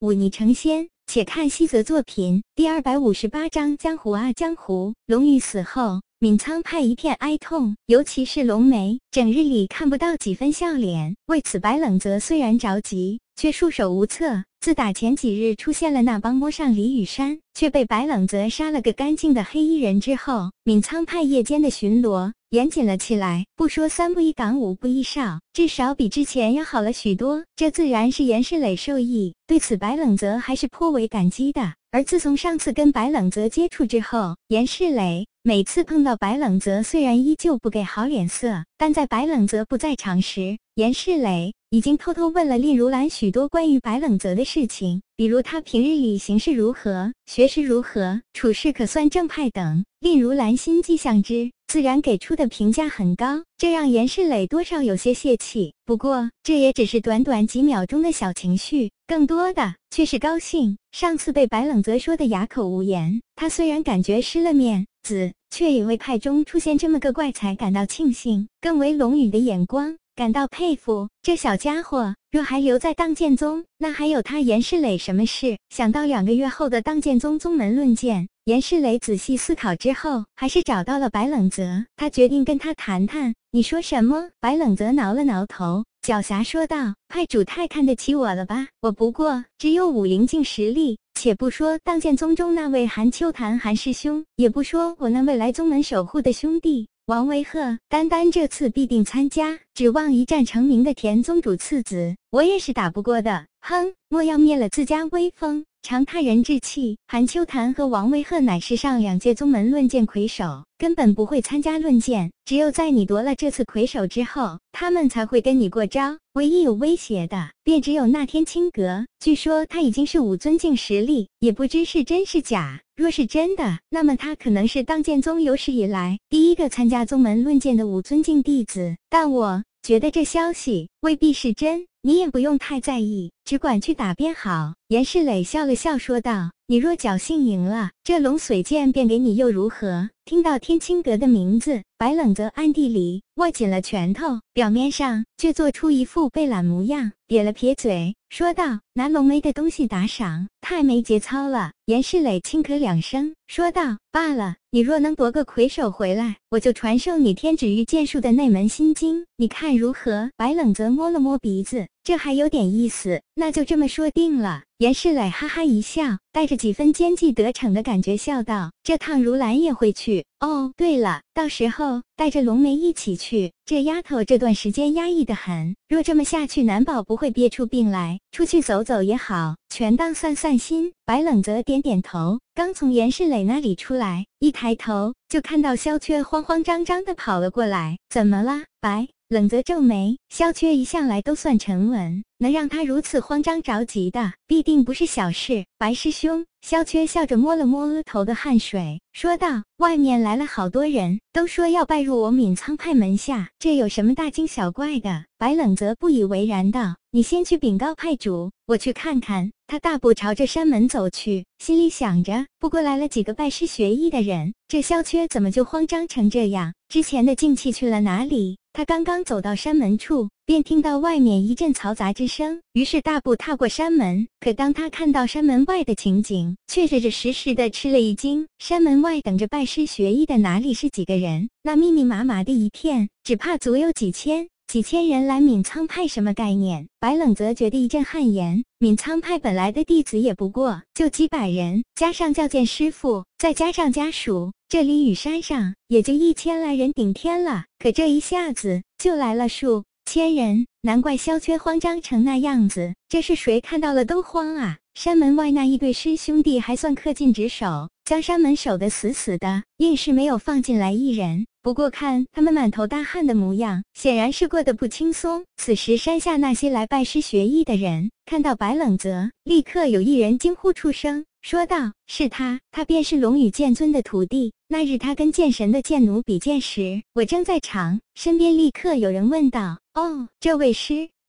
忤逆成仙。且看西泽作品第258章江湖啊江湖。龙宇死后，闵苍派一片哀痛，尤其是龙梅，整日里看不到几分笑脸。为此，白冷泽虽然着急，却束手无策。自打前几日出现了那帮摸上李雨山，却被白冷泽杀了个干净的黑衣人之后，闵苍派夜间的巡逻严谨了起来，不说3不1岗5不1哨，至少比之前要好了许多。这自然是严世磊受益，对此白冷泽还是颇为感激的。而自从上次跟白冷泽接触之后，严世磊每次碰到白冷泽虽然依旧不给好脸色，但在白冷泽不在场时，严世磊已经偷偷问了令如兰许多关于白冷泽的事情，比如他平日里行事如何，学识如何，处事可算正派等。令如兰心迹相知，自然给出的评价很高，这让严世磊多少有些泄气。不过这也只是短短几秒钟的小情绪，更多的却是高兴。上次被白冷泽说的哑口无言，他虽然感觉失了面子，却也为派中出现这么个怪才感到庆幸，更为龙宇的眼光感到佩服。这小家伙若还留在当剑宗，那还有他严世磊什么事？想到2个月后的当剑宗宗门论剑，严世磊仔细思考之后，还是找到了白冷泽。他决定跟他谈谈。你说什么？白冷泽挠了挠头，狡黠说道：派主太看得起我了吧？我不过只有武灵境实力，且不说当剑宗中那位韩秋潭韩师兄，也不说我那位来宗门守护的兄弟王维鹤，单单这次必定参加，指望一战成名的田宗主次子，我也是打不过的。哼，莫要灭了自家威风，长他人志气。韩秋潭和王维鹤乃是上2届宗门论剑魁首，根本不会参加论剑，只有在你夺了这次魁首之后，他们才会跟你过招。唯一有威胁的，便只有那天青阁，据说他已经是5尊境实力，也不知是真是假。若是真的，那么他可能是当剑宗有史以来第一个参加宗门论剑的5尊境弟子，但我觉得这消息未必是真，你也不用太在意，只管去打便好。严世磊笑了笑说道：你若侥幸赢了，这龙髓剑便给你又如何？听到天青阁的名字，白冷泽暗地里握紧了拳头，表面上却做出一副被懒模样，撇了撇嘴说道：拿龙梅的东西打赏，太没节操了。严世磊轻咳2声说道：罢了，你若能夺个魁首回来，我就传授你天指玉剑术的那门心经，你看如何？白冷泽摸了摸鼻子，这还有点意思，那就这么说定了。严世磊哈哈一笑，带着几分奸计得逞的感觉笑道：这趟如兰也会去哦，对了，到时候带着龙梅一起去，这丫头这段时间压抑得很，若这么下去难保不会憋出病来，出去走走也好，全当散散心。白冷泽点点头，刚从严世磊那里出来，一抬头就看到萧缺慌慌张张地跑了过来。怎么了？白冷泽皱眉，萧缺一向来都算沉稳，能让他如此慌张着急的，必定不是小事。白师兄，萧缺笑着摸了摸额头的汗水，说道：外面来了好多人，都说要拜入我闵苍派门下，这有什么大惊小怪的？白冷泽不以为然道：你先去禀告派主，我去看看。他大步朝着山门走去，心里想着，不过来了几个拜师学艺的人，这萧缺怎么就慌张成这样？之前的静气去了哪里？他刚刚走到山门处，便听到外面一阵嘈杂之声，于是大步踏过山门。可当他看到山门外的情景，却是实时的吃了一惊。山门外等着拜师学艺的哪里是几个人，那密密麻麻的一片，只怕足有几千人来闵苍派，什么概念？白冷泽觉得一阵汗颜，闵苍派本来的弟子也不过就几百人，加上教剑师傅，再加上家属，这里雨山上也就1000来人顶天了，可这一下子就来了数千人，难怪萧缺慌张成那样子，这是谁看到了都慌啊！山门外那一对师兄弟还算恪尽职守，将山门守得死死的，硬是没有放进来一人。不过看他们满头大汗的模样，显然是过得不轻松。此时山下那些来拜师学艺的人看到白冷泽，立刻有一人惊呼出声，说道：是他便是龙宇剑尊的徒弟。那日他跟剑神的剑奴比剑时，我正在场。身边立刻有人问道：哦，这位师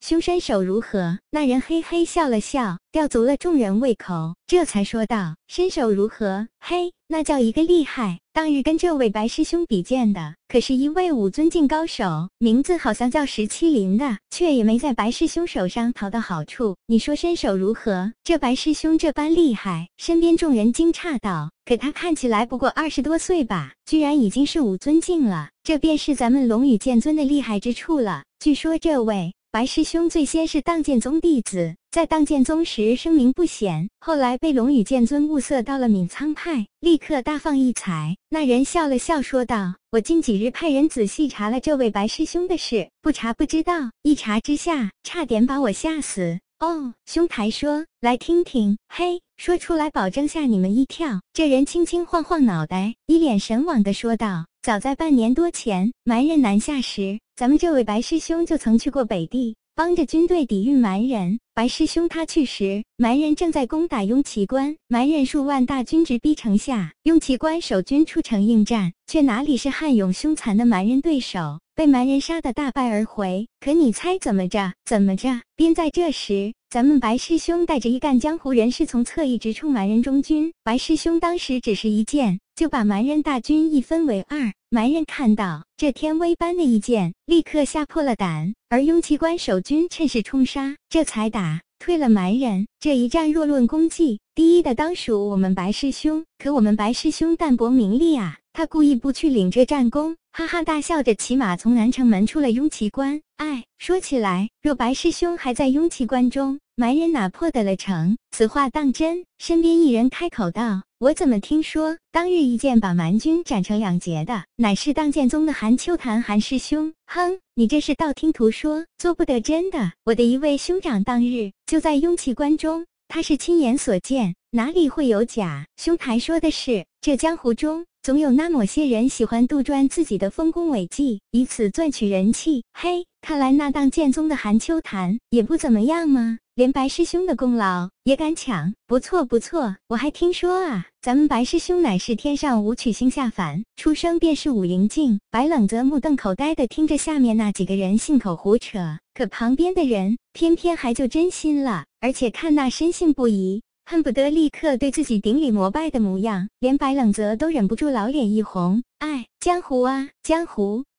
兄身手如何？那人嘿嘿笑了笑，吊足了众人胃口，这才说道：身手如何？嘿，那叫一个厉害。当日跟这位白师兄比剑的，可是一位武尊境高手，名字好像叫石麒麟的，却也没在白师兄手上讨到好处。你说身手如何？这白师兄这般厉害。身边众人惊诧道：可他看起来不过20多岁吧，居然已经是武尊境了，这便是咱们龙羽剑尊的厉害之处了。据说这位白师兄最先是当剑宗弟子，在当剑宗时声名不显，后来被龙羽剑尊物色到了闵苍派，立刻大放异彩。那人笑了笑说道：我近几日派人仔细查了这位白师兄的事，不查不知道，一查之下，差点把我吓死。哦，兄台说，来听听。嘿，说出来保证吓你们一跳。这人轻轻晃晃脑袋，一脸神往地说道：早在半年多前，蛮人南下时，咱们这位白师兄就曾去过北地，帮着军队抵御蛮人。白师兄他去时，蛮人正在攻打雍齐关，蛮人数万大军直逼城下，雍齐关守军出城应战，却哪里是悍勇凶残的蛮人对手，被蛮人杀得大败而回。可你猜怎么着？便在这时，咱们白师兄带着一干江湖人士从侧翼直冲蛮人中军，白师兄当时只是一剑，就把蛮人大军一分为二。蛮人看到这天威般的一剑，立刻吓破了胆，而雍齐关守军趁势冲杀，这才打退了蛮人。这一战若论功绩，第一的当属我们白师兄，可我们白师兄淡泊名利啊，他故意不去领这战功，哈哈大笑着骑马从南城门出了雍齐关。说起来，若白师兄还在雍齐关中，蛮人哪破得了城？此话当真？身边一人开口道：我怎么听说当日一剑把蛮军斩成2截的，乃是当剑宗的韩秋潭韩师兄。哼，你这是道听途说，做不得真的。我的一位兄长当日就在雍齐关中，他是亲眼所见，哪里会有假？兄台说的是，这江湖中总有那么些人喜欢杜撰自己的丰功伟绩，以此赚取人气。嘿，看来那当剑宗的韩秋潭也不怎么样吗？连白师兄的功劳也敢抢，不错不错。我还听说啊，咱们白师兄乃是天上武曲星下凡，出生便是武灵境。白冷则目瞪口呆地听着下面那几个人信口胡扯，可旁边的人偏偏还就真心了，而且看那深信不疑，恨不得立刻对自己顶礼膜拜的模样，连白冷泽都忍不住老脸一红。江湖啊江湖，